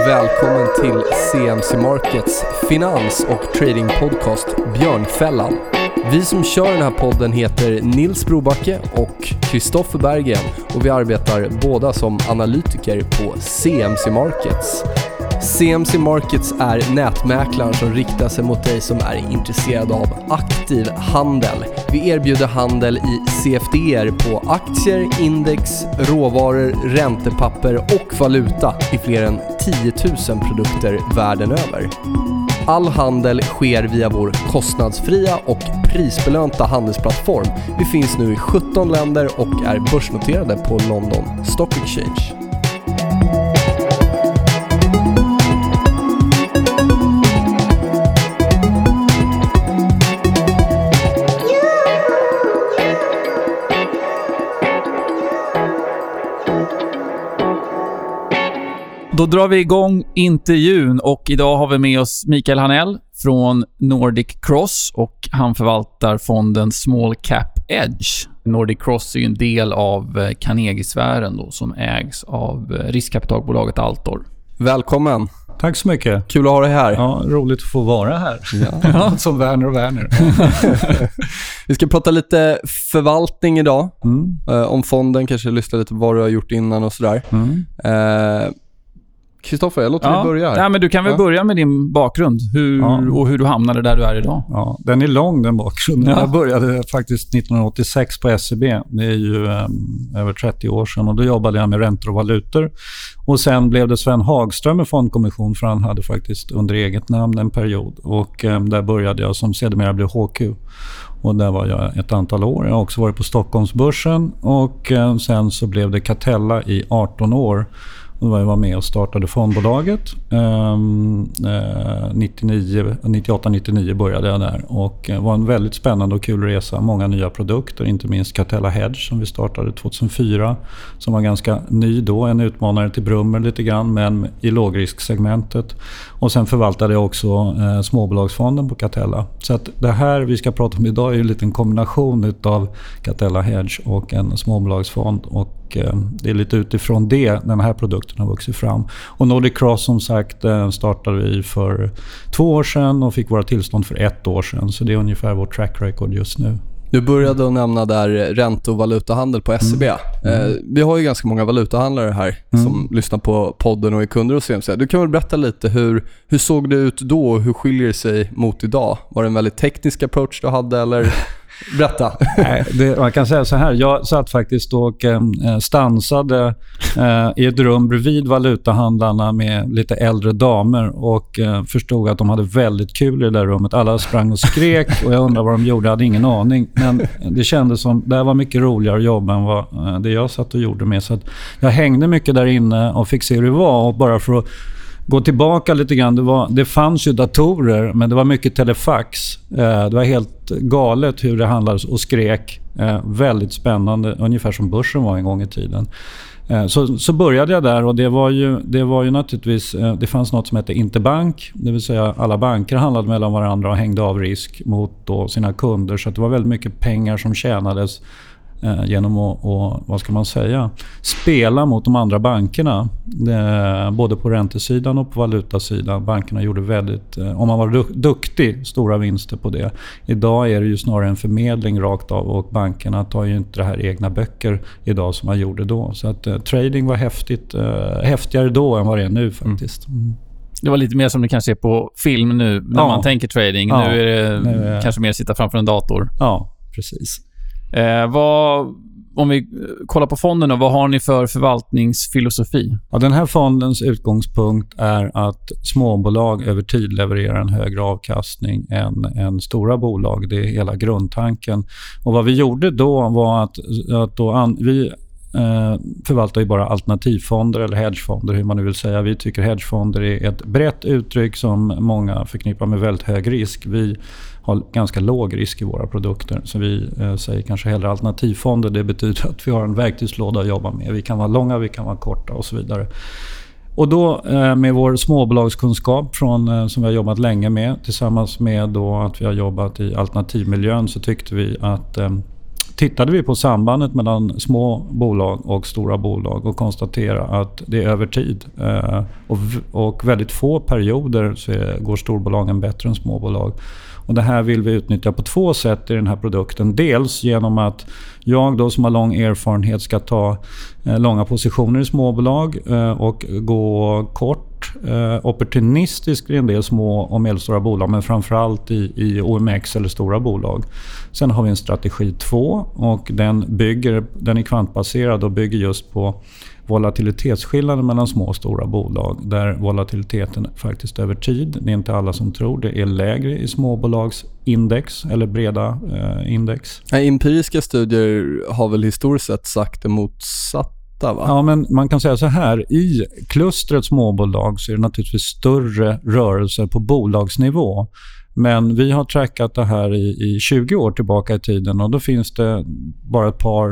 välkommen till CMC Markets finans- och tradingpodcast Björnfällan. Vi som kör den här podden heter Nils Brobacke och Kristoffer Berggren och vi arbetar båda som analytiker på CMC Markets. CMC Markets är nätmäklaren som riktar sig mot dig som är intresserad av aktiv handel. Vi erbjuder handel i CFD:er på aktier, index, råvaror, räntepapper och valuta i fler än 10 000 produkter världen över. All handel sker via vår kostnadsfria och prisbelönta handelsplattform. Vi finns nu i 17 länder och är börsnoterade på London Stock Exchange. Då drar vi igång intervjun och idag har vi med oss Mikael Hanell från Nordic Cross och han förvaltar fonden Small Cap Edge. Nordic Cross är ju en del av Carnegie-sfären då, som ägs av riskkapitalbolaget Altor. Välkommen. Tack så mycket. Kul att ha dig här. Ja, roligt att få vara här. Ja. Som Werner och Werner. Vi ska prata lite förvaltning idag. Om fonden, kanske lyssna lite på vad du har gjort innan och sådär. Kristoffer, jag låter dig börja här. Ja, men du kan väl börja med din bakgrund och hur du hamnade där du är idag. Ja, den är lång, den bakgrunden. Jag började faktiskt 1986 på SEB. Det är ju över 30 år sedan och då jobbade jag med räntor och valutor. Och sen blev det Sven Hagström i fondkommission för han hade faktiskt under eget namn en period. Och där började jag som sedermera blev HQ. Och där var jag ett antal år. Jag har också varit på Stockholmsbörsen och sen så blev det Catella i 18 år. Då var jag med och startade fondbolaget. 98-99 började jag där och det var en väldigt spännande och kul resa. Många nya produkter, inte minst Catella Hedge som vi startade 2004 som var ganska ny då, en utmanare till Brummer lite grann men i lågrisksegmentet. Och sen förvaltade jag också småbolagsfonden på Catella. Så att det här vi ska prata om idag är en liten kombination av Catella Hedge och en småbolagsfond och det är lite utifrån det den här produkten har vuxit fram. Och Nordic Cross som sagt startade vi för 2 år sedan och fick våra tillstånd för 1 år sedan. Så det är ungefär vår track record just nu. Du började att nämna där ränte- och valutahandel på SEB. Vi har ju ganska många valutahandlare här som lyssnar på podden och är kunder hos CMC. Du kan väl berätta lite hur såg det ut då och hur skiljer det sig mot idag? Var det en väldigt teknisk approach du hade eller... Berätta. Nej, man kan säga så här. Jag satt faktiskt och stansade i ett rum bredvid valutahandlarna med lite äldre damer och förstod att de hade väldigt kul i det där rummet. Alla sprang och skrek och jag undrade vad de gjorde. Jag hade ingen aning. Men det kändes som det var mycket roligare att jobba än vad det jag satt och gjorde med. Så att jag hängde mycket där inne och fick se hur det var. Och bara för att gå tillbaka lite grann, det fanns ju datorer men det var mycket telefax. Det var helt galet hur det handlades och skrek. Väldigt spännande, ungefär som börsen var en gång i tiden. Så började jag där och det var ju naturligtvis, det fanns något som hette interbank, det vill säga alla banker handlade mellan varandra och hängde av risk mot då sina kunder. Så att det var väldigt mycket pengar som tjänades genom att, vad ska man säga, spela mot de andra bankerna både på räntesidan och på valutasidan. Bankerna gjorde väldigt, om man var duktig, stora vinster på det. Idag är det ju snarare en förmedling rakt av och bankerna tar ju inte det här egna böcker idag som man gjorde då. Så att trading var häftigare då än vad det är nu faktiskt. Det var lite mer som det kanske är på film nu när man tänker trading. Nu är det kanske mer sitta framför en dator. Ja, precis. Om vi kollar på fonden då, vad har ni för förvaltningsfilosofi? Ja, den här fondens utgångspunkt är att småbolag över tid levererar en högre avkastning än stora bolag. Det är hela grundtanken. Och vad vi gjorde då var att vi förvaltar ju bara alternativfonder eller hedgefonder, hur man nu vill säga. Vi tycker hedgefonder är ett brett uttryck som många förknippar med väldigt hög risk. Vi har ganska låg risk i våra produkter, så vi säger kanske hellre alternativfonder. Det betyder att vi har en verktygslåda att jobba med. Vi kan vara långa, vi kan vara korta och så vidare. Och då med vår småbolagskunskap som vi har jobbat länge med tillsammans med då att vi har jobbat i alternativmiljön, så tyckte vi att tittade vi på sambandet mellan små bolag och stora bolag och konstaterade att det är över tid. Och väldigt få perioder så går storbolagen bättre än småbolag. Och det här vill vi utnyttja på 2 sätt i den här produkten. Dels genom att jag då som har lång erfarenhet ska ta långa positioner i småbolag och gå kort opportunistiskt i en del små och medelstora bolag, men framförallt i OMX eller stora bolag. Sen har vi en strategi 2 och den är kvantbaserad och bygger just på volatilitetsskillnaden mellan små och stora bolag, där volatiliteten faktiskt över tid, det är inte alla som tror det, är lägre i småbolagsindex eller breda index. Empiriska studier har väl historiskt sett sagt det motsatta, va? Ja, men man kan säga så här, i klustret småbolag så är det naturligtvis större rörelser på bolagsnivå. Men vi har trackat det här i 20 år tillbaka i tiden och då finns det bara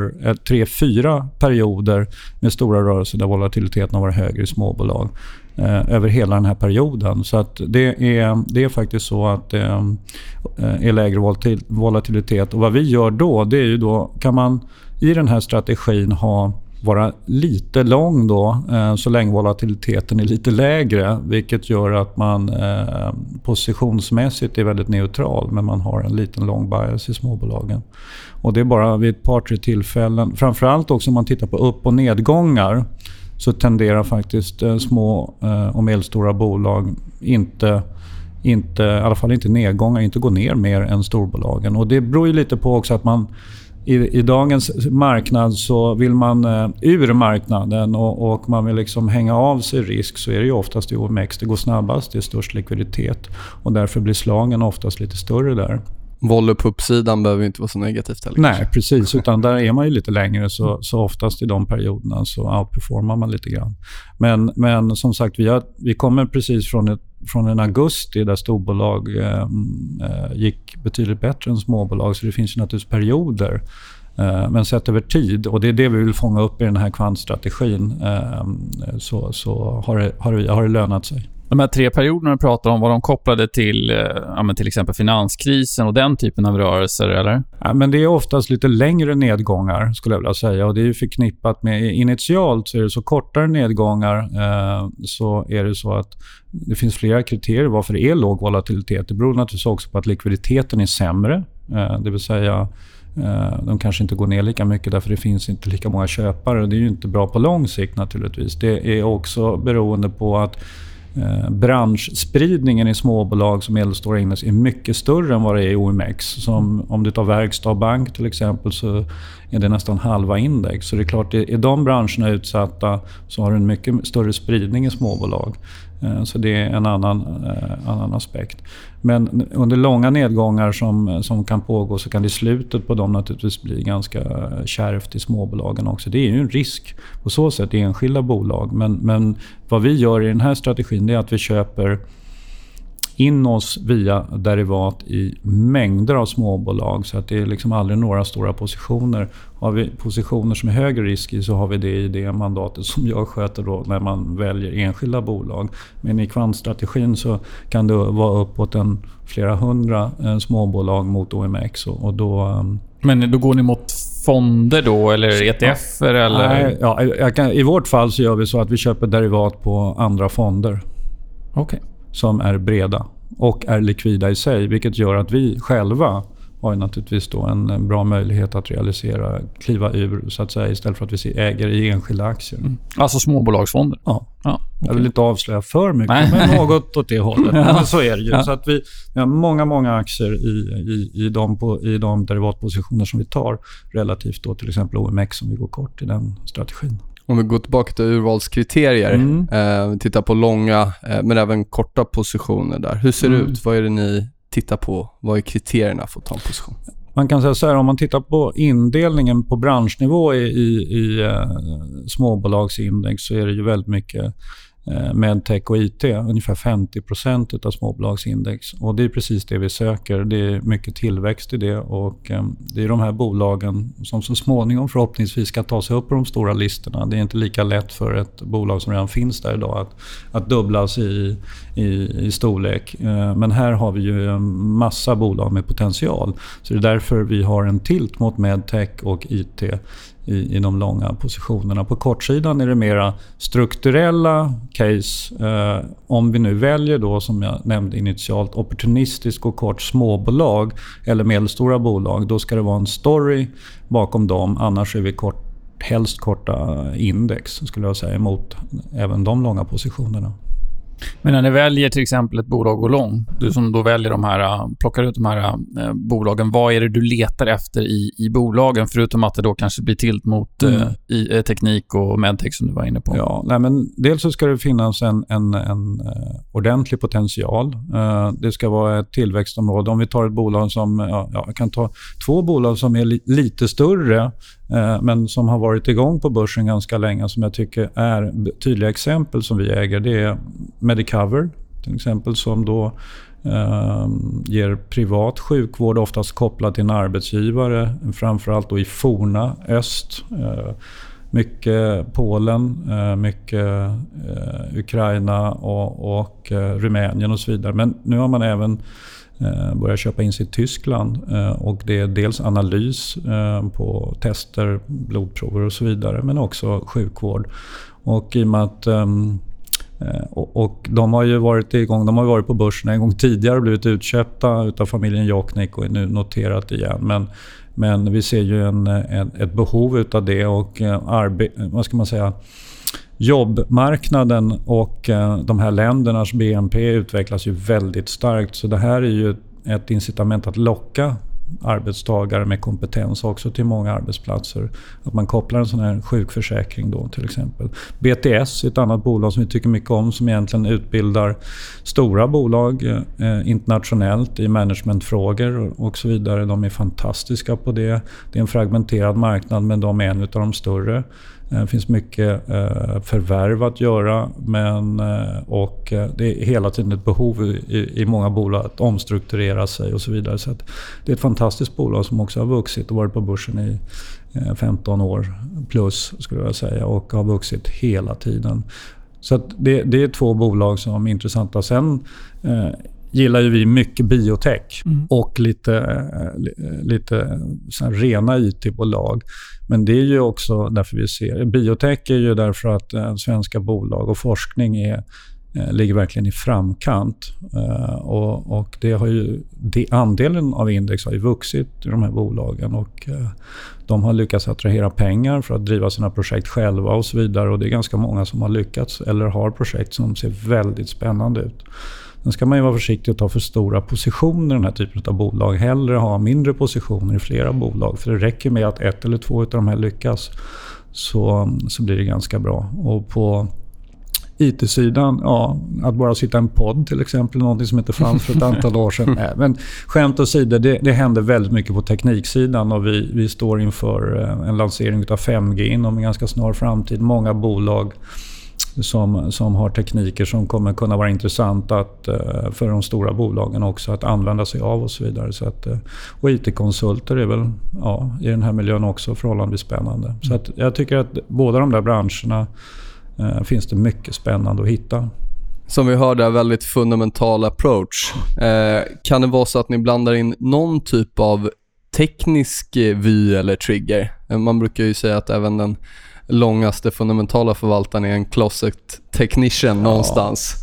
3-4 perioder med stora rörelser där volatiliteten har varit högre i småbolag över hela den här perioden. Så att det är faktiskt så att det är lägre volatilitet. Och vad vi gör då, det är ju då kan man i den här strategin vara lite lång då, så länge volatiliteten är lite lägre, vilket gör att man positionsmässigt är väldigt neutral, men man har en liten lång bias i småbolagen. Och det är bara vid ett par, 3 tillfällen. Framförallt också om man tittar på upp- och nedgångar så tenderar faktiskt små och medelstora bolag inte, i alla fall inte nedgångar, inte gå ner mer än storbolagen. Och det beror ju lite på också att man i dagens marknad så vill man ur marknaden och man vill liksom hänga av sig risk, så är det ju oftast i OMX det går snabbast, det är störst likviditet och därför blir slagen oftast lite större där. Volle på uppsidan behöver inte vara så negativt heller. Nej, precis, utan där är man ju lite längre så oftast i de perioderna så outperformar man lite grann. Men som sagt, vi kommer precis från en augusti där storbolag gick betydligt bättre än småbolag, så det finns ju naturligtvis perioder. Men sett över tid, och det är det vi vill fånga upp i den här kvantstrategin, så har det lönat sig. De här 3 perioderna du pratar om, var de kopplade till till exempel finanskrisen och den typen av rörelser, eller? Ja, men det är oftast lite längre nedgångar skulle jag vilja säga, och det är ju förknippat med initialt så är det så kortare nedgångar så är det så att det finns flera kriterier varför det är låg volatilitet. Det beror naturligtvis också på att likviditeten är sämre, det vill säga de kanske inte går ner lika mycket därför det finns inte lika många köpare. Det är ju inte bra på lång sikt naturligtvis. Det är också beroende på att branschspridningen i småbolag som medelstora index är mycket större än vad det är i OMX. Som om du tar verkstad och bank till exempel så är det nästan halva index. Så det är klart, är de branscherna utsatta så har du en mycket större spridning i småbolag. Så det är en annan aspekt. Men under långa nedgångar som kan pågå så kan det i slutet på dem naturligtvis bli ganska kärvt i småbolagen också. Det är ju en risk på så sätt i enskilda bolag. Men vad vi gör i den här strategin är att vi köper in oss via derivat i mängder av småbolag, så att det är liksom aldrig några stora positioner. Har vi positioner som är högre risk i så har vi det i det mandatet som jag sköter då när man väljer enskilda bolag. Men i kvantstrategin så kan det vara uppåt flera hundra småbolag mot OMX och då... Men då går ni mot fonder då eller ETFer eller? Nej, ja, i vårt fall så gör vi så att vi köper derivat på andra fonder. Okej. Som är breda och är likvida i sig, vilket gör att vi själva har naturligtvis då en bra möjlighet att kliva ur så att säga, istället för att vi äger i enskilda aktier. Alltså småbolagsfonder? Ja. Okay. Jag vill inte avslöja för mycket, men något åt det hållet. Men så är det ju. Ja. Så att vi har många aktier i de derivatpositioner som vi tar relativt då till exempel OMX som vi går kort i den strategin. Om vi går tillbaka till urvalskriterier, titta på långa men även korta positioner där. Hur ser det ut? Vad är det ni tittar på? Vad är kriterierna för att ta en position? Man kan säga så här, om man tittar på indelningen på branschnivå i småbolagsindex så är det ju väldigt mycket medtech och IT, ungefär 50% av småbolagsindex. Och det är precis det vi söker. Det är mycket tillväxt i det och det är de här bolagen som så småningom förhoppningsvis ska ta sig upp på de stora listorna. Det är inte lika lätt för ett bolag som redan finns där idag att dubblas i storlek. Men här har vi ju en massa bolag med potential. Så det är därför vi har en tilt mot medtech och IT i de långa positionerna. På kortsidan är det mera strukturella case. Om vi nu väljer då, som jag nämnde initialt, opportunistisk och kort småbolag eller medelstora bolag, då ska det vara en story bakom dem. Annars är vi helst korta index, skulle jag säga, mot även de långa positionerna. Men när ni väljer till exempel ett bolag och lång, du som då väljer plockar ut de här bolagen, vad är det du letar efter i bolagen, förutom att det då kanske blir tilt mot i teknik och medtech som du var inne på? Ja, nej, men dels så ska det finnas en ordentlig potential. Det ska vara ett tillväxtområde. Om vi tar ett bolag som, jag kan ta 2 bolag som är lite större, men som har varit igång på börsen ganska länge, som jag tycker är tydliga exempel som vi äger. Det är Medicover till exempel, som då ger privat sjukvård, oftast kopplat till en arbetsgivare, framförallt då i forna öst. Mycket Polen, mycket Ukraina och Rumänien och så vidare. Men nu har man även börjat köpa in sig i Tyskland och det är dels analys på tester, blodprover och så vidare, men också sjukvård. Och i och med att och de har ju varit igång, de har varit på börsen en gång tidigare och blivit utköpta utav familjen Jocknick och är nu noterat igen. Men vi ser ju ett behov utav det och vad ska man säga, jobbmarknaden och de här ländernas BNP utvecklas ju väldigt starkt. Så det här är ju ett incitament att locka arbetstagare med kompetens också till många arbetsplatser. Att man kopplar en sån här sjukförsäkring då till exempel. BTS är ett annat bolag som vi tycker mycket om, som egentligen utbildar stora bolag internationellt i managementfrågor och så vidare. De är fantastiska på det. Det är en fragmenterad marknad, men de är en av de större. Det finns mycket förvärv att göra, och det är hela tiden ett behov i många bolag att omstrukturera sig och så vidare. Så att det är ett fantastiskt bolag som också har vuxit och varit på börsen i 15 år plus, skulle jag säga, och har vuxit hela tiden. Så att det är 2 bolag som är intressanta. Sen gillar ju vi mycket biotech och lite så här rena IT-bolag. Men det är ju också därför vi ser biotech är ju därför att svenska bolag och forskning ligger verkligen i framkant. Och det har ju andelen av index har ju vuxit i de här bolagen, och de har lyckats attrahera pengar för att driva sina projekt själva och så vidare, och det är ganska många som har lyckats eller har projekt som ser väldigt spännande ut. Sen ska man ju vara försiktig att ta för stora positioner i den här typen av bolag. Hellre ha mindre positioner i flera bolag. För det räcker med att 1 eller 2 av de här lyckas, så blir det ganska bra. Och på IT-sidan, att bara sitta en podd till exempel, någonting som inte fanns för ett antal år sedan. Men skämt åsido, det händer väldigt mycket på tekniksidan, och vi står inför en lansering av 5G inom en ganska snar framtid. Många bolag som har tekniker som kommer kunna vara intressant för de stora bolagen också att använda sig av och så vidare. Så att, och IT-konsulter är väl i den här miljön också förhållandevis spännande. Så att jag tycker att båda de där branscherna finns det mycket spännande att hitta. Som vi hörde, väldigt fundamental approach. Kan det vara så att ni blandar in någon typ av teknisk vy eller trigger? Man brukar ju säga att även den långaste fundamentala förvaltaren är en closet technician någonstans.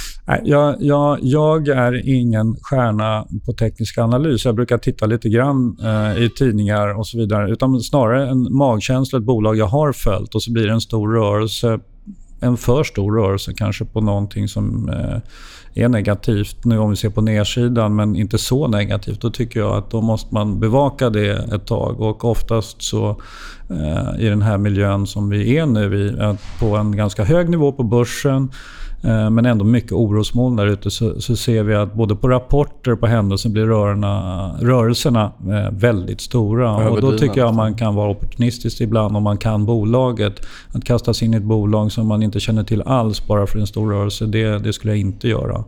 Jag är ingen stjärna på teknisk analys. Jag brukar titta lite grann i tidningar och så vidare. Utan snarare en magkänsla, ett bolag jag har följt, och så blir det en stor rörelse. En för stor rörelse kanske på någonting som är negativt. Nu om vi ser på nedsidan, men inte så negativt, då tycker jag att då måste man bevaka det ett tag. Och oftast så i den här miljön som vi är nu på en ganska hög nivå på börsen, men ändå mycket orosmoln där ute, så ser vi att både på rapporter på händelser blir rörelserna väldigt stora. Och då tycker jag man kan vara opportunistisk ibland om man kan bolaget. Att kasta sig in i ett bolag som man inte känner till alls bara för en stor rörelse, det skulle jag inte göra.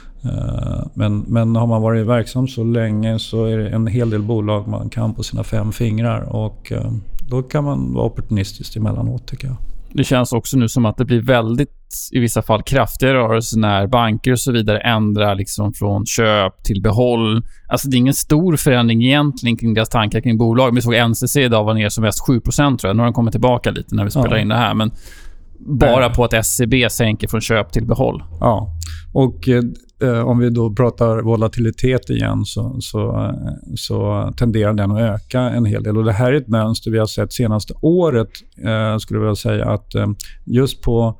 Men har man varit verksam så länge så är det en hel del bolag man kan på sina 5 fingrar, och då kan man vara opportunistisk emellanåt, tycker jag. Det känns också nu som att det blir väldigt, i vissa fall, kraftiga rörelser när banker och så vidare ändrar liksom från köp till behåll. Alltså det är ingen stor förändring egentligen kring deras tankar kring bolag. Vi såg NCC idag var ner som mest 7%, tror jag. Nu har den kommit tillbaka lite när vi spelar in det här, men bara på att SCB sänker från köp till behåll. Ja, och om vi då pratar volatilitet igen så tenderar den att öka en hel del. Och det här är ett mönster vi har sett senaste året, skulle jag vilja säga, att just på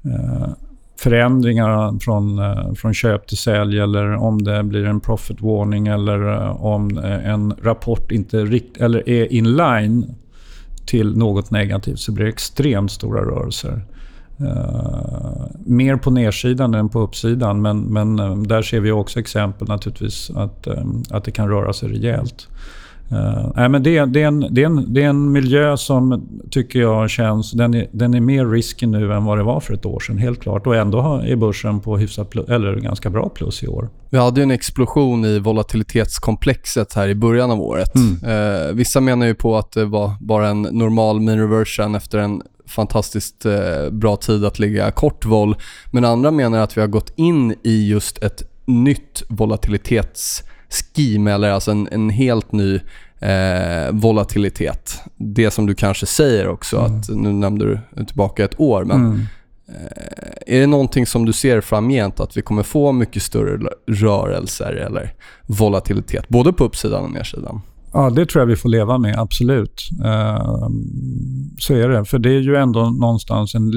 förändringar från köp till sälj, eller om det blir en profit warning, eller om en rapport inte eller är in line till något negativt, så blir det extremt stora rörelser. Mer på nedsidan än på uppsidan, men där ser vi också exempel naturligtvis att det kan röra sig rejält. Men det är en miljö som tycker jag känns, den är mer risky nu än vad det var för ett år sedan, helt klart, och ändå är börsen på hyfsat eller ganska bra plus i år. Vi hade ju en explosion i volatilitetskomplexet här i början av året. Vissa menar ju på att det var bara en normal mean reversion efter en fantastiskt bra tid att ligga kort vol, men andra menar att vi har gått in i just ett nytt volatilitetsscheme, eller alltså en helt ny volatilitet. Det som du kanske säger också, att nu nämnde du tillbaka ett år, men är det någonting som du ser framgent, att vi kommer få mycket större rörelser eller volatilitet, både på uppsidan och nedsidan? Ja, det tror jag vi får leva med, absolut. Så är det. För det är ju ändå någonstans en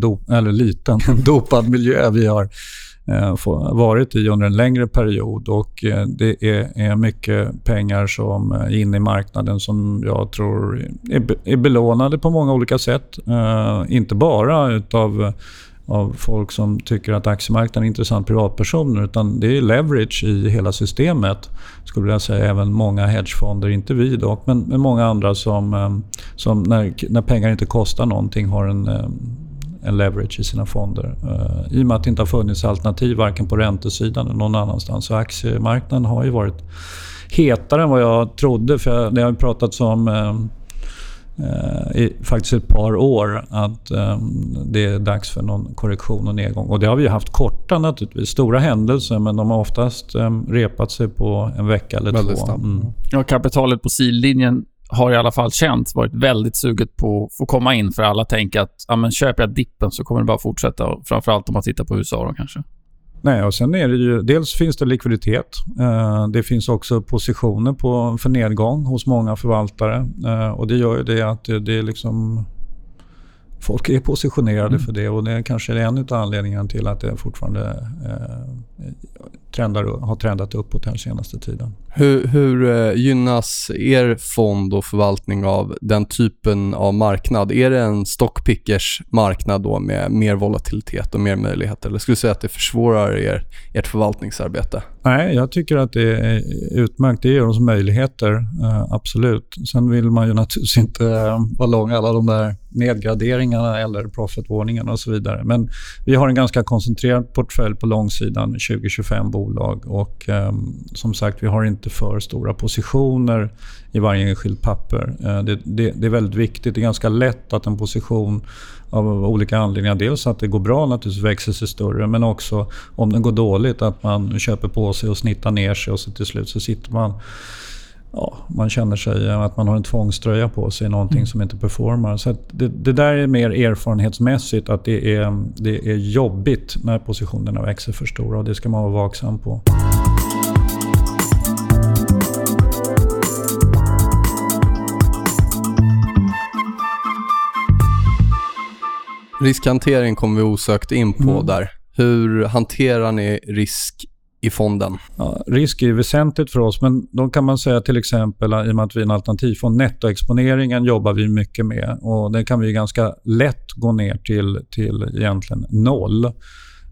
dopad miljö vi har varit i under en längre period. Och det är mycket pengar som är inne i marknaden som jag tror är belånade på många olika sätt. Inte bara av folk som tycker att aktiemarknaden är intressant, privatpersoner, utan det är leverage i hela systemet, skulle jag säga. Även många hedgefonder, inte vi dock, men många andra som när pengar inte kostar någonting har en leverage i sina fonder. I och med att det inte har funnits alternativ varken på räntesidan eller någon annanstans, så aktiemarknaden har ju varit hetare än vad jag trodde, för det har ju pratats om i faktiskt ett par år att det är dags för någon korrektion och nedgång. Och det har vi ju haft korta, naturligtvis. Stora händelser, men de har oftast repat sig på en vecka eller två. Ja, kapitalet på sidlinjen har i alla fall varit väldigt suget på att få komma in, för alla tänker att köper jag dippen så kommer det bara fortsätta, och framförallt om man tittar på USA då kanske. Nej, och sen är det ju, dels finns det likviditet. Det finns också positioner för nedgång hos många förvaltare. Och det gör ju det att det är liksom, folk är positionerade för det, och det kanske är en av anledningarna till att det fortfarande har trendat uppåt den senaste tiden. Hur gynnas er fond och förvaltning av den typen av marknad? Är det en stockpickers marknad då med mer volatilitet och mer möjligheter? Eller skulle du säga att det försvårar ert förvaltningsarbete? Nej, jag tycker att det är utmärkt. Det ger oss möjligheter, absolut. Sen vill man ju naturligtvis inte vara lång alla de där nedgraderingarna eller profitvarningarna och så vidare. Men vi har en ganska koncentrerad portfölj på långsidan, 20-25 bolag, och som sagt, vi har inte för stora positioner i varje enskild papper. Det är väldigt viktigt. Det är ganska lätt att en position av olika anledningar, dels att det går bra, naturligtvis växer sig större, men också om den går dåligt, att man köper på sig och snittar ner sig, och så till slut så sitter man känner sig att man har en tvångströja på sig, någonting som inte performar. Så att det där är mer erfarenhetsmässigt, att det är jobbigt när positionerna växer för stora, och det ska man vara vaksam på. Riskhantering kommer vi osökt in på där. Hur hanterar ni risk i fonden? Ja, risk är väsentligt för oss, men då kan man säga till exempel, i och med att vi är en alternativfond, nettoexponeringen jobbar vi mycket med, och det kan vi ganska lätt gå ner till egentligen 0.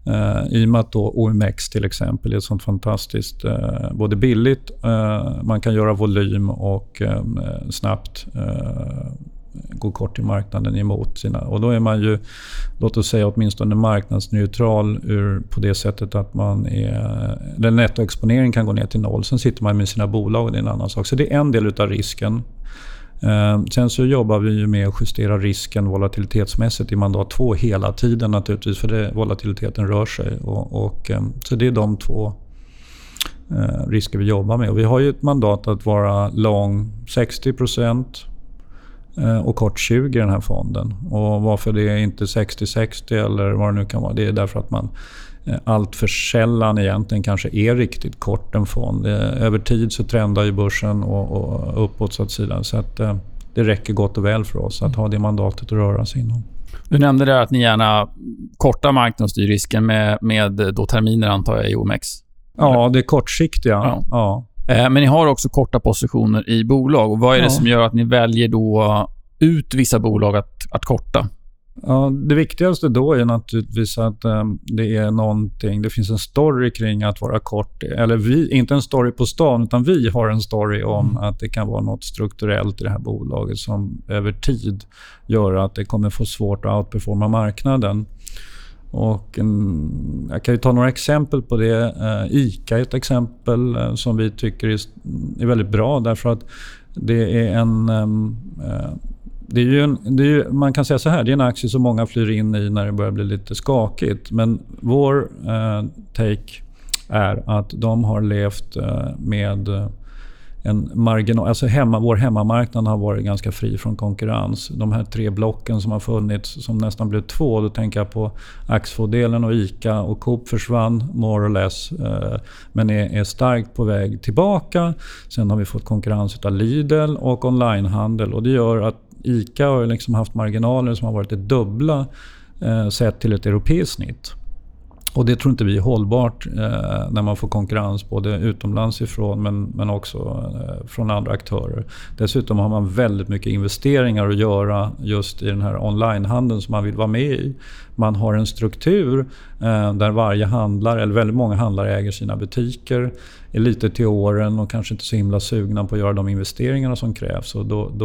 I och med att då OMX till exempel är ett sånt fantastiskt, både billigt, man kan göra volym och snabbt gå kort i marknaden emot sina. Och då är man ju, låt oss säga åtminstone marknadsneutral på det sättet att den nettoexponering kan gå ner till 0. Sen sitter man med sina bolag och det är en annan sak. Så det är en del utav risken. Sen så jobbar vi ju med att justera risken volatilitetsmässigt i mandat 2 hela tiden naturligtvis, för volatiliteten rör sig. Så det är de 2 risker vi jobbar med. Och vi har ju ett mandat att vara lång 60% och kort 20 i den här fonden. Och varför det är inte 60-60 eller vad det nu kan vara, det är därför att man allt för sällan egentligen kanske är riktigt kort en fond. Över tid så trendar ju börsen och uppåt så att säga. Så att det räcker gott och väl för oss att ha det mandatet att röra sig inom. Du nämnde där att ni gärna kortar marknadsstyrrisken med då terminer antar jag i OMX. Ja, det är kortsiktiga. Ja. Men ni har också korta positioner i bolag. Och vad är det som gör att ni väljer då ut vissa bolag att korta? Ja, det viktigaste då är naturligtvis att det är någonting, det finns en story kring att vara kort. Eller inte en story på stan, utan vi har en story om att det kan vara något strukturellt i det här bolaget som över tid gör att det kommer få svårt att outperforma marknaden. Och jag kan ju ta några exempel på det. ICA är ett exempel som vi tycker är väldigt bra, därför att det är man kan säga så här, det är en aktie som många flyr in i när det börjar bli lite skakigt. Men vår take är att de har levt med en marginal, alltså vår hemmamarknad har varit ganska fri från konkurrens. De här 3 blocken som har funnits, som nästan blev 2, då tänker jag på Axfood-delen och ICA och Coop försvann more or less, men är starkt på väg tillbaka. Sen har vi fått konkurrens av Lidl och onlinehandel, och det gör att ICA har liksom haft marginaler som har varit det dubbla sett till ett europeiskt snitt. Och det tror inte vi är hållbart när man får konkurrens både utomlands ifrån men också från andra aktörer. Dessutom har man väldigt mycket investeringar att göra just i den här onlinehandeln som man vill vara med i. Man har en struktur där varje handlare, eller väldigt många handlare, äger sina butiker, är lite till åren och kanske inte så himla sugna på att göra de investeringarna som krävs.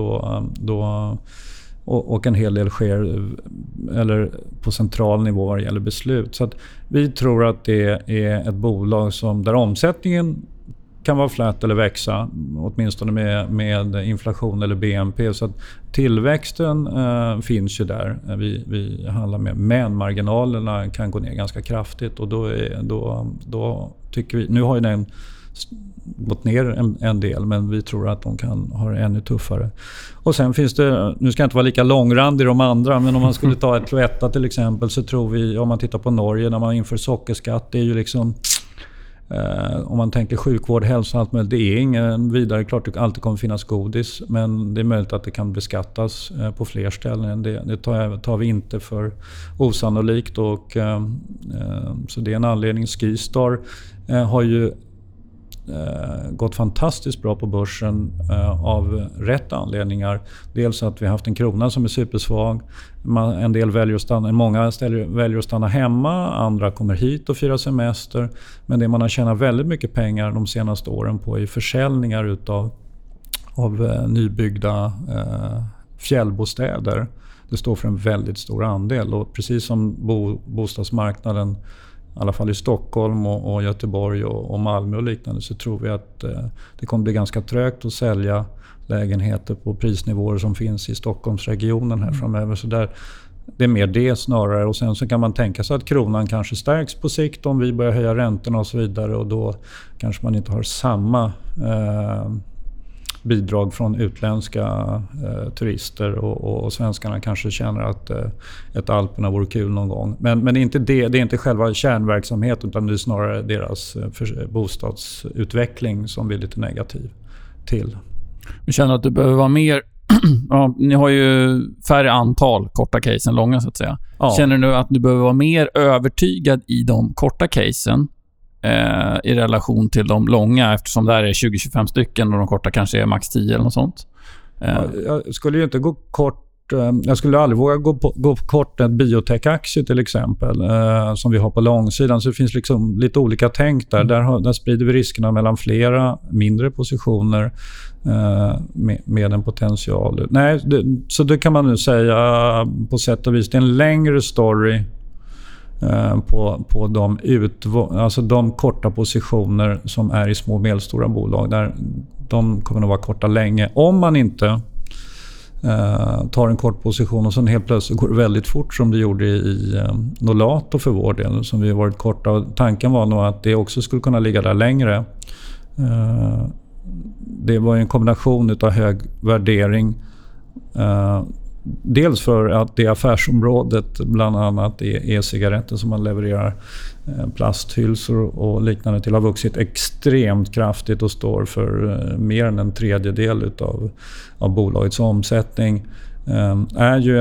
Och en hel del sker eller på central nivå vad det gäller beslut. Så att vi tror att det är ett bolag där omsättningen kan vara flat eller växa, åtminstone med inflation eller BNP. Så att tillväxten finns ju där. Vi handlar med, men marginalerna kan gå ner ganska kraftigt. Och då tycker vi, nu har ju den gått ner en del, men vi tror att de kan ha det ännu tuffare. Och sen finns det, nu ska jag inte vara lika långrandig i de andra, men om man skulle ta ett Cloetta till exempel, så tror vi, om man tittar på Norge när man inför sockerskatt, det är ju liksom om man tänker sjukvård, hälsa och allt möjligt, det är ingen vidare, klart det alltid kommer finnas godis, men det är möjligt att det kan beskattas på fler ställen. Det tar vi inte för osannolikt, och så det är en anledning. Skistar har ju gått fantastiskt bra på börsen av rätt anledningar. Dels att vi har haft en krona som är supersvag. Många väljer att stanna hemma, andra kommer hit och firar semester. Men det man har tjänat väldigt mycket pengar de senaste åren på är försäljningar av nybyggda fjällbostäder. Det står för en väldigt stor andel, och precis som bostadsmarknaden, i alla fall i Stockholm och Göteborg och Malmö och liknande, så tror vi att det kommer bli ganska trögt att sälja lägenheter på prisnivåer som finns i Stockholmsregionen här framöver. Så det är mer det snarare. Och sen så kan man tänka sig att kronan kanske stärks på sikt om vi börjar höja räntorna och så vidare, och då kanske man inte har samma bidrag från utländska turister, och svenskarna kanske känner att ett Alperna vore kul någon gång. Men det är inte själva kärnverksamheten, utan det är snarare deras bostadsutveckling som blir lite negativ till. Du känner att du behöver vara mer ja, ni har ju färre antal korta case än långa så att säga. Ja. Känner du att du behöver vara mer övertygad i de korta casen i relation till de långa, eftersom där är 20-25 stycken och de korta kanske är max 10 eller något sånt? Jag skulle ju inte gå kort Jag skulle aldrig våga gå kort en biotech-aktie till exempel, som vi har på långsidan. Så det finns liksom lite olika tänk där. Där sprider vi riskerna mellan flera mindre positioner med en potential. Nej, så det kan man nu säga på sätt och vis. Det är en längre story på de korta positioner som är i små och medelstora bolag. Där de kommer att vara korta länge. Om man inte tar en kort position och sen helt plötsligt går det väldigt fort som det gjorde i Nolato för vår del, som vi har varit korta. Och tanken var nog att det också skulle kunna ligga där längre. Det var en kombination av hög värdering. Dels för att det affärsområdet bland annat är e-cigaretter som man levererar plasthylsor och liknande till har vuxit extremt kraftigt och står för mer än en tredjedel av bolagets omsättning. Är ju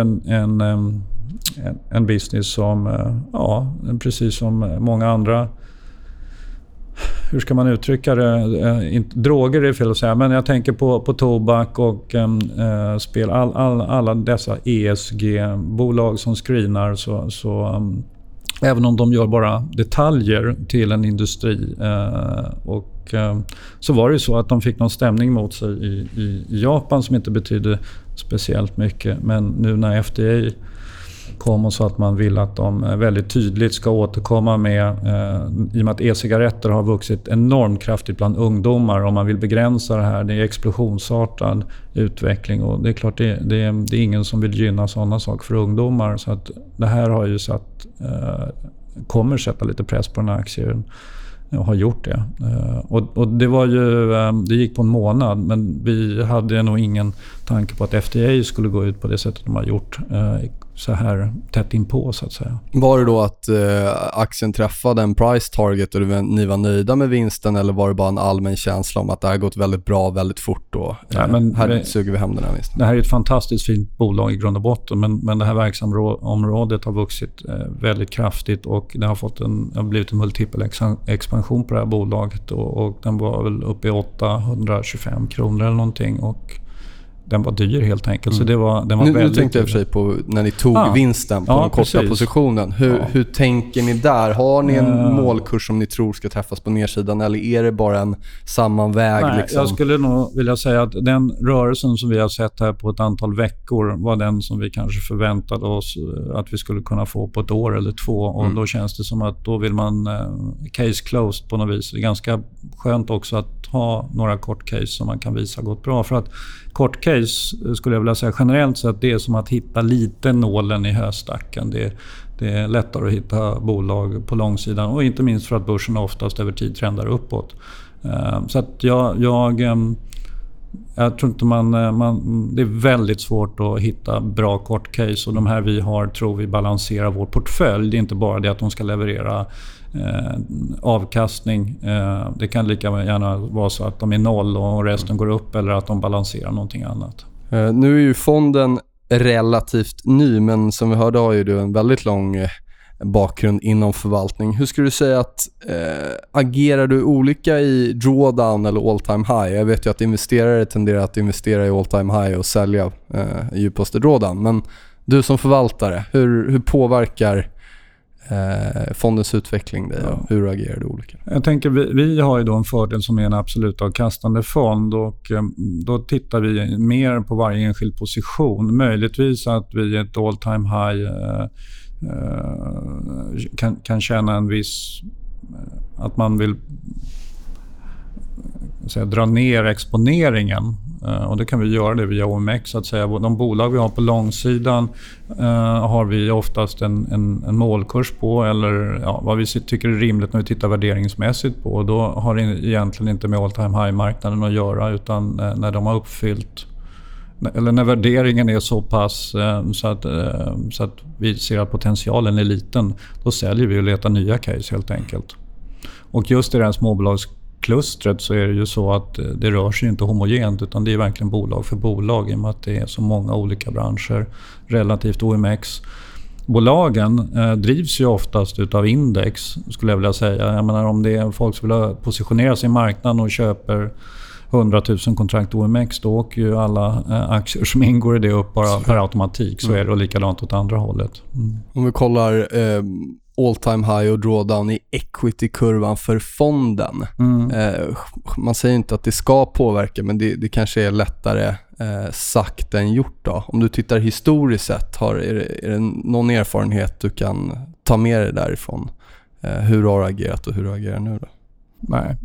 en business som precis som många andra, hur ska man uttrycka det? Droger är fel att säga, men jag tänker på tobak och spel. Alla dessa ESG-bolag som screenar, så även om de gör bara detaljer till en industri. Så var det ju så att de fick någon stämning mot sig i Japan som inte betydde speciellt mycket. Men nu när FDA kom och sa att man vill att de väldigt tydligt ska återkomma med, i och med att e-cigaretter har vuxit enormt kraftigt bland ungdomar, om man vill begränsa det här. Det är explosionsartad utveckling och det är klart det är ingen som vill gynna sådana saker för ungdomar, så att det här har ju kommer sätta lite press på den här aktien och har gjort det. Och det var ju, det gick på en månad, men vi hade nog ingen tanke på att FDA skulle gå ut på det sättet de har gjort, så här tätt inpå så att säga. Var det då att aktien träffade en price target och ni var nöjda med vinsten, eller var det bara en allmän känsla om att det har gått väldigt bra väldigt fort och här suger vi hem den här vinsten? Det här är ett fantastiskt fint bolag i grund och botten, men det här verksamhetsområdet har vuxit väldigt kraftigt och det har blivit en multipel expansion på det här bolaget och den var väl uppe i 825 kronor eller någonting och den var dyr helt enkelt. Så den var väldigt nu tänkte jag för sig på när ni tog vinsten på den korta positionen. Hur tänker ni där? Har ni en målkurs som ni tror ska träffas på nedsidan, eller är det bara en sammanväg? Nej, liksom? Jag skulle nog vilja säga att den rörelsen som vi har sett här på ett antal veckor var den som vi kanske förväntade oss att vi skulle kunna få på ett år eller två. Och då känns det som att då vill man case closed på något vis. Det är ganska skönt också att ha några kort case som man kan visa gått bra. För att kort case skulle jag vilja säga generellt sett, det är som att hitta lite nålen i höstacken. Det är lättare att hitta bolag på långsidan och inte minst för att börsen oftast över tid trendar uppåt. Så att jag tror inte det är väldigt svårt att hitta bra kort case, och de här vi har tror vi balanserar vår portfölj. Det är inte bara det att de ska leverera avkastning. Det kan lika gärna vara så att de är noll och resten går upp, eller att de balanserar någonting annat. Nu är ju fonden relativt ny, men som vi hörde har ju du en väldigt lång bakgrund inom förvaltning. Hur skulle du säga att agerar du olika i drawdown eller all time high? Jag vet ju att investerare tenderar att investera i all time high och sälja djupaste drawdown, men du som förvaltare, hur påverkar fondens utveckling dig? Ja. Hur agerar du olika? Jag tänker vi har ju då en fördel som är en absolut avkastande fond, och då tittar vi mer på varje enskild position. Möjligtvis att vi i ett all time high kan känna en viss att man vill dra ner exponeringen, och det kan vi göra det via OMX så att säga. De bolag vi har på långsidan har vi oftast en målkurs på, eller vad vi tycker är rimligt när vi tittar värderingsmässigt på, och då har det egentligen inte med all time high marknaden att göra, utan när de har uppfyllt, eller när värderingen är så pass så att vi ser att potentialen är liten, då säljer vi och letar nya case helt enkelt. Och just i det här småbolagsklustret så är det ju så att det rör sig inte homogent, utan det är verkligen bolag för bolag, i och med att det är så många olika branscher relativt OMX. Bolagen drivs ju oftast utav index, skulle jag vilja säga. Jag menar, om det är folk som vill positionera sig i marknaden och köper 100 000 kontrakt OMX, då åker ju alla aktier som ingår i det upp bara per automatik. Så är det, och likadant åt andra hållet. Om vi kollar all time high och drawdown i equity-kurvan för fonden. Man säger inte att det ska påverka, men det kanske är lättare sagt än gjort då. Om du tittar historiskt sett, är det någon erfarenhet du kan ta med dig därifrån? Hur har du agerat och hur du agerar nu då? Nej,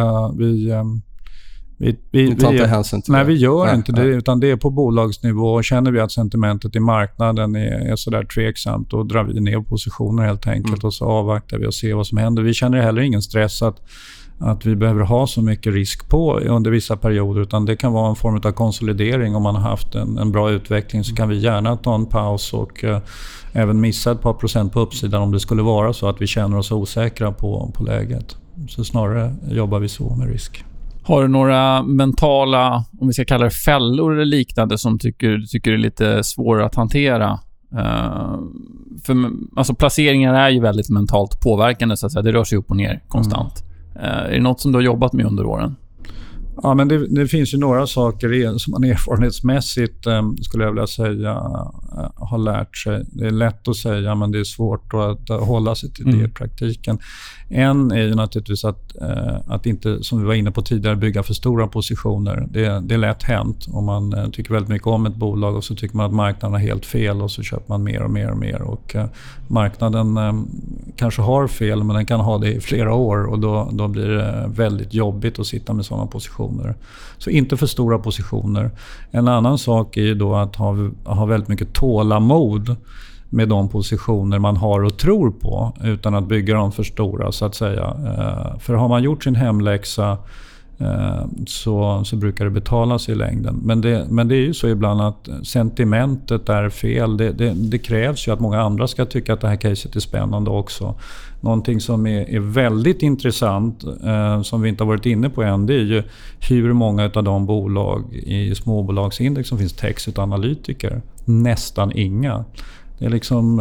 vi tar inte hänsyn till nej, det. vi gör inte det, utan det är på bolagsnivå. Och känner vi att sentimentet i marknaden är sådär tveksamt, då drar vi ner positioner helt enkelt och så avvaktar vi och ser vad som händer. Vi känner heller ingen stress att vi behöver ha så mycket risk på under vissa perioder, utan det kan vara en form av konsolidering. Om man har haft en bra utveckling så kan vi gärna ta en paus och även missa ett par procent på uppsidan om det skulle vara så att vi känner oss osäkra på läget. Så snarare jobbar vi så med risk. Har du några mentala, om vi ska kalla det fällor eller liknande, som du tycker är lite svåra att hantera? För alltså placeringar är ju väldigt mentalt påverkande, så att säga. Det rör sig upp och ner konstant. Är det något som du har jobbat med under åren? Ja, men det finns ju några saker som man erfarenhetsmässigt skulle jag vilja säga har lärt sig. Det är lätt att säga, men det är svårt att hålla sig till det i praktiken. En är ju naturligtvis att inte, som vi var inne på tidigare, bygga för stora positioner. Det är lätt hänt om man tycker väldigt mycket om ett bolag och så tycker man att marknaden har helt fel och så köper man mer och mer och mer. Och marknaden kanske har fel, men den kan ha det i flera år och då blir det väldigt jobbigt att sitta med sådana positioner. Så inte för stora positioner. En annan sak är ju då att ha väldigt mycket tålamod med de positioner man har och tror på, utan att bygga dem för stora så att säga. För har man gjort sin hemläxa så brukar det betala sig i längden. Men det är ju så ibland att sentimentet är fel. Det krävs ju att många andra ska tycka att det här caset är spännande också. Någonting som är väldigt intressant som vi inte har varit inne på än, det är ju hur många av de bolag i småbolagsindex som finns täcks av analytiker. Nästan inga. Det är liksom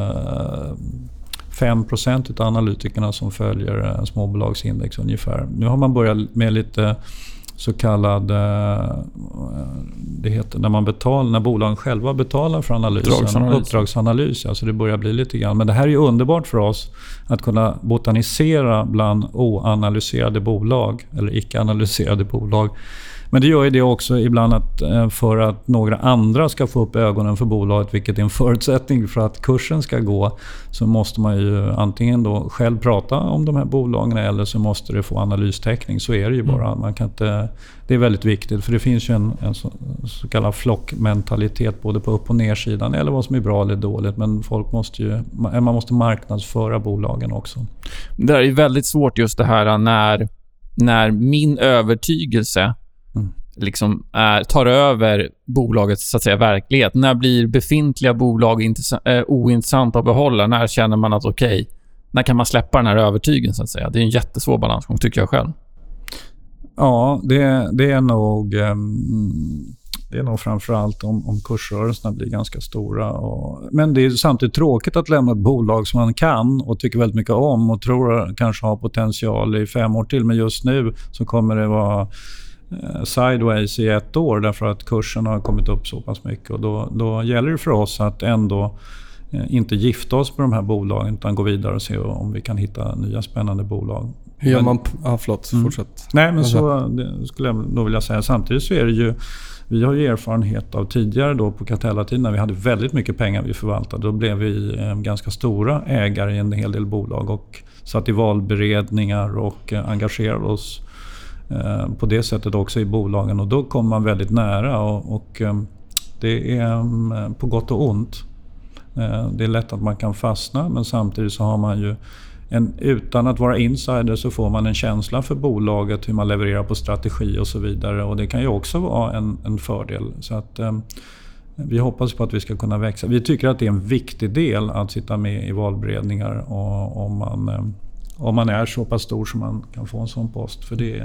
5% av analytikerna som följer småbolagsindex ungefär. Nu har man börjat med lite så kallad, det heter när bolagen själva betalar för analysen, uppdragsanalys. Alltså det börjar bli lite grann. Men det här är ju underbart för oss att kunna botanisera bland oanalyserade bolag eller icke-analyserade bolag. Men det gör ju det också ibland för att några andra ska få upp ögonen för bolaget, vilket är en förutsättning för att kursen ska gå, så måste man ju antingen då själv prata om de här bolagen eller så måste det få analystäckning. Så är det ju bara. Man kan inte, det är väldigt viktigt, för det finns ju en så kallad flockmentalitet både på upp- och nersidan, eller vad som är bra eller dåligt, men man måste marknadsföra bolagen också. Det är ju väldigt svårt just det här när min övertygelse liksom tar över bolagets så att säga verklighet. När blir befintliga bolag ointressanta att behålla? När känner man att när kan man släppa den här övertygelsen så att säga? Det är en jättesvår balansgång tycker jag själv. Ja, det är nog framförallt om kursrörelserna blir ganska stora. Men det är samtidigt tråkigt att lämna ett bolag som man kan och tycker väldigt mycket om och tror kanske har potential i 5 år till. Men just nu så kommer det vara sideways i 1 år därför att kursen har kommit upp så pass mycket. Och då gäller det för oss att ändå inte gifta oss med de här bolagen utan gå vidare och se om vi kan hitta nya spännande bolag. Hur gör man? Fortsätt. Nej, men så det skulle jag då vilja säga. Samtidigt så är det ju, vi har ju erfarenhet av tidigare då på Catella-tiden när vi hade väldigt mycket pengar vi förvaltade. Då blev vi ganska stora ägare i en hel del bolag och satt i valberedningar och engagerade oss på det sättet också i bolagen. Och då kommer man väldigt nära och det är på gott och ont. Det är lätt att man kan fastna, men samtidigt så har man ju utan att vara insider så får man en känsla för bolaget, hur man levererar på strategi och så vidare, och det kan ju också vara en fördel. Så att vi hoppas på att vi ska kunna växa. Vi tycker att det är en viktig del att sitta med i valberedningar och om man är så pass stor som man kan få en sån post, för det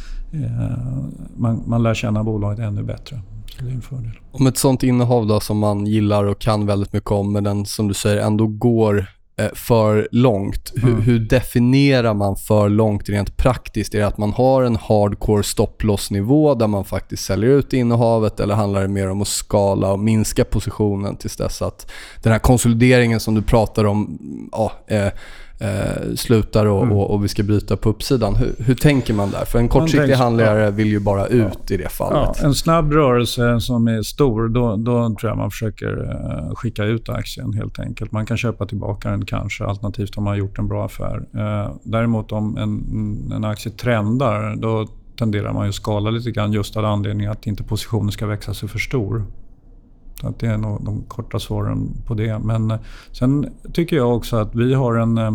man lär känna bolaget ännu bättre. Så det är en fördel. Om ett sånt innehav då som man gillar och kan väldigt mycket om, men den som du säger ändå går för långt? Hur definierar man för långt rent praktiskt? Är det att man har en hardcore stopploss-nivå där man faktiskt säljer ut innehavet, eller handlar det mer om att skala och minska positionen tills dess att den här konsolideringen som du pratar om slutar och vi ska bryta på uppsidan? Hur tänker man där? För en kortsiktig handlare vill ju bara ut i det fallet. Ja, en snabb rörelse som är stor, då tror jag man försöker skicka ut aktien helt enkelt. Man kan köpa tillbaka den kanske, alternativt om man har gjort en bra affär. Däremot om en aktie trendar, då tenderar man ju att skala lite grann, just av anledningen att inte positionen ska växa sig för stor. Så att det är nog de korta svaren på det. Men sen tycker jag också att vi har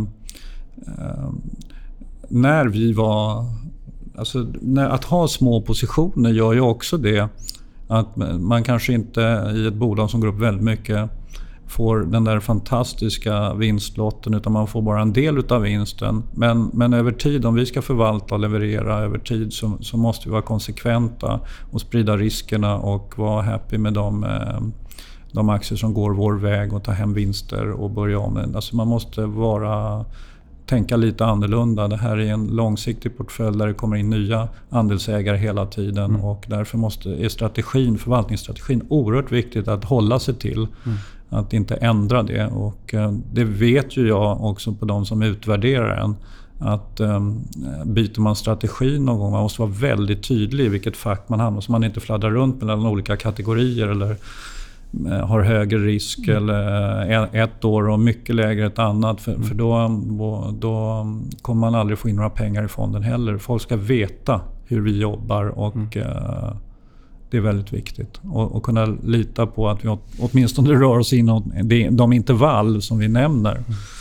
när vi var... Alltså, att ha små positioner gör ju också det att man kanske inte i ett bolag som går upp väldigt mycket får den där fantastiska vinstlotten, utan man får bara en del utav vinsten. Men över tid, om vi ska förvalta och leverera över tid, så måste vi vara konsekventa och sprida riskerna och vara happy med de aktier som går vår väg och ta hem vinster och börja om. Alltså man måste tänka lite annorlunda. Det här är en långsiktig portfölj där det kommer in nya andelsägare hela tiden och därför är förvaltningsstrategin oerhört viktigt att hålla sig till. Att inte ändra det, och det vet ju jag också på de som utvärderar en, att byter man strategi någon gång, man måste vara väldigt tydlig i vilket fack man hamnar, så man inte fladdrar runt mellan olika kategorier eller har högre risk eller ett år och mycket lägre ett annat, för då kommer man aldrig få in några pengar i fonden heller. Folk ska veta hur vi jobbar och det är väldigt viktigt. Och kunna lita på att vi åtminstone rör oss inåt de intervall som vi nämner.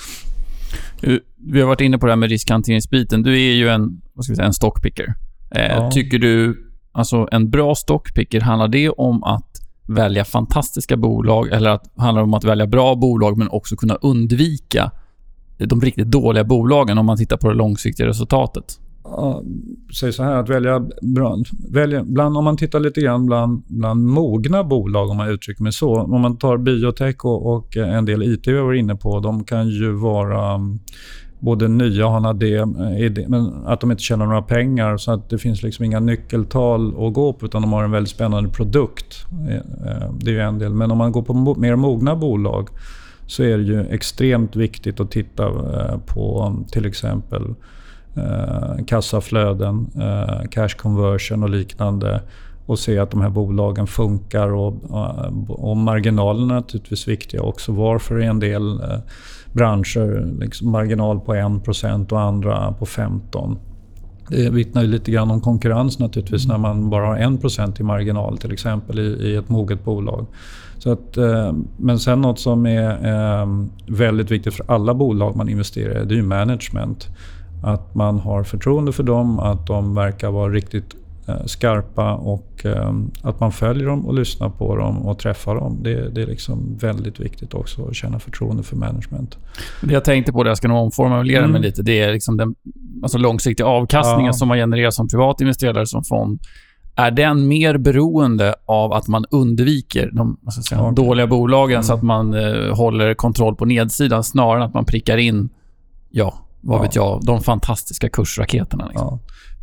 Vi har varit inne på det här med riskhanteringsbiten. Du är ju en stockpicker. Tycker du, alltså en bra stockpicker, handlar det om att välja fantastiska bolag, eller handlar det om att välja bra bolag men också kunna undvika de riktigt dåliga bolagen om man tittar på det långsiktiga resultatet? Säg så här, att om man tittar lite grann bland mogna bolag, om man uttrycker mig så, om man tar biotech och en del IT vi var inne på, de kan ju vara både nya och ha en idé, men att de inte tjänar några pengar, så att det finns liksom inga nyckeltal att gå på, utan de har en väldigt spännande produkt. Det är ju en del. Men om man går på mer mogna bolag, så är det ju extremt viktigt att titta på till exempel kassaflöden, cash conversion och liknande, och se att de här bolagen funkar, och marginalerna är naturligtvis viktiga också. Varför är en del branscher liksom marginal på 1% och andra på 15%? Det vittnar ju lite grann om konkurrens naturligtvis, när man bara har 1% i marginal till exempel i ett moget bolag. Så att, men sen något som är väldigt viktigt för alla bolag man investerar i, det är ju management. Att man har förtroende för dem, att de verkar vara riktigt skarpa, och att man följer dem och lyssnar på dem och träffar dem. Det är liksom väldigt viktigt också att känna förtroende för management. Det jag tänkte på, det jag ska nog omformulera mig lite, det är liksom den långsiktiga avkastningen som man genererar som privat investerare, som fond. Är den mer beroende av att man undviker de dåliga bolagen, så att man håller kontroll på nedsidan, snarare än att man prickar in vet jag, de fantastiska kursraketerna liksom?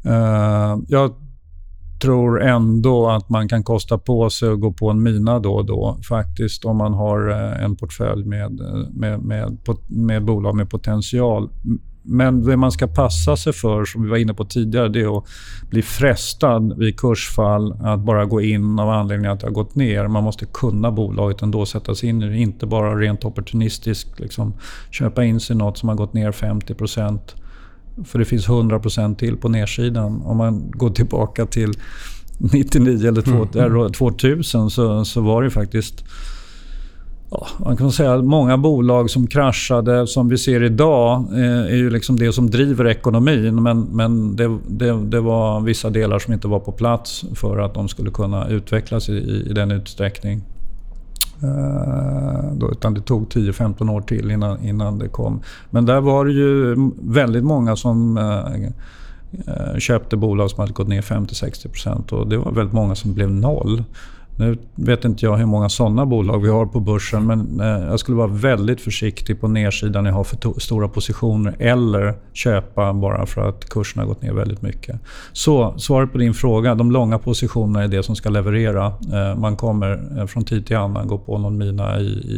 Jag tror ändå att man kan kosta på sig att gå på en mina då och då faktiskt, om man har en portfölj med bolag med potential. Men det man ska passa sig för, som vi var inne på tidigare, det är att bli frestad vid kursfall att bara gå in av anledning att det har gått ner. Man måste kunna bolaget ändå, sätta sig in i det, inte bara rent opportunistiskt liksom köpa in sig något som har gått ner 50%. För det finns 100% till på nedsidan. Om man går tillbaka till 99 eller 2000 så var det faktiskt, man kan säga att många bolag som kraschade, som vi ser idag, är ju liksom det som driver ekonomin. Men det var vissa delar som inte var på plats för att de skulle kunna utvecklas i den utsträckning. Utan det tog 10-15 år till innan det kom. Men där var det ju väldigt många som köpte bolag som hade gått ner 50-60%, och det var väldigt många som blev noll. Nu vet inte jag hur många sådana bolag vi har på börsen, men jag skulle vara väldigt försiktig på nedsidan jag har för stora positioner eller köpa bara för att kursen har gått ner väldigt mycket. Så svaret på din fråga, de långa positionerna är det som ska leverera. Man kommer från tid till annan gå på någon mina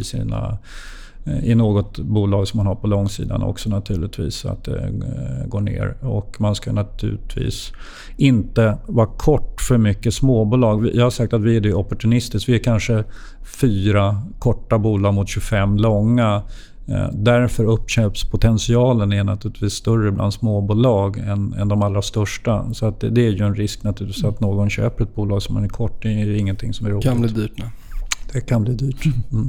i något bolag som man har på långsidan också naturligtvis, så att det går ner. Och man ska naturligtvis inte vara kort för mycket småbolag. Jag har sagt att vi är det opportunistiskt. Vi är kanske 4 korta bolag mot 25 långa. Därför uppköpspotentialen är naturligtvis större bland småbolag än de allra största. Så att det är ju en risk naturligtvis att någon köper ett bolag som man är kort. Det är ingenting som är roligt. Det kan bli dyrt nu. Det kan bli dyrt. Mm.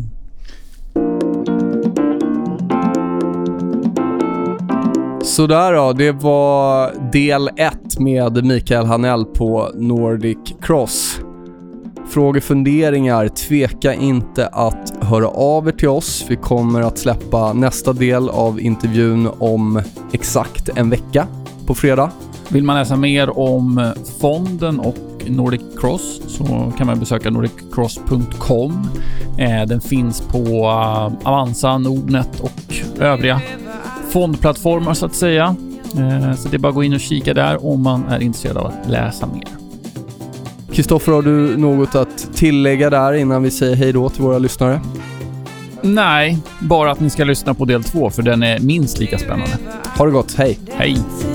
Sådär då, det var del 1 med Mikael Hanell på Nordic Cross. Frågor, funderingar, tveka inte att höra av er till oss. Vi kommer att släppa nästa del av intervjun om exakt en vecka på fredag. Vill man läsa mer om fonden och Nordic Cross så kan man besöka nordiccross.com. Den finns på Avanza, Nordnet och övriga fondplattformar så att säga. Så det är bara att gå in och kika där om man är intresserad av att läsa mer. Kristoffer, har du något att tillägga där innan vi säger hej då till våra lyssnare? Nej, bara att ni ska lyssna på del 2 för den är minst lika spännande. Ha det gott, hej! Hej!